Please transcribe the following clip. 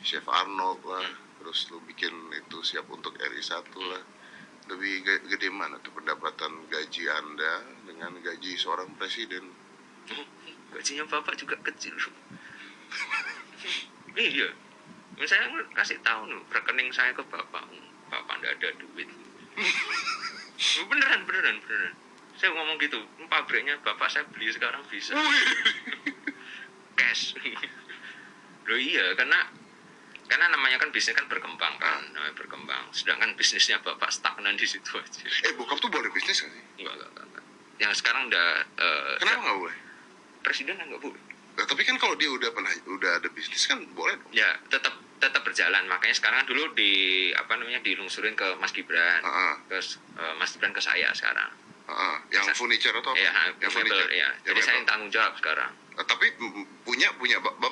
Chef Arnold lah, terus lu bikin itu siap untuk RI1 lah. Lebih gede mana tuh pendapatan gaji Anda dengan gaji seorang presiden? Gajinya bapak juga kecil. Iya, saya kasih tahu nih rekening saya ke bapak nggak ada duit. Beneran. Saya ngomong gitu, pabriknya bapak saya beli sekarang bisa. Cash. Loh iya, karena namanya kan bisnis kan berkembang kan, berkembang. Sedangkan bisnisnya bapak stagnan di situ aja. Bokap tuh boleh bisnis gak sih? Enggak. Yang sekarang udah. Kenapa nggak boleh? Presiden kan nggak boleh. Nah, tapi kan kalau dia udah ada bisnis kan boleh dong. Ya tetap berjalan. Makanya sekarang dulu dilungsurin ke Mas Gibran, ke Mas Gibran ke saya sekarang. Yang furniture atau apa? Ya, yang furniture. Ya. Jadi saya yang tanggung jawab sekarang. Tapi punya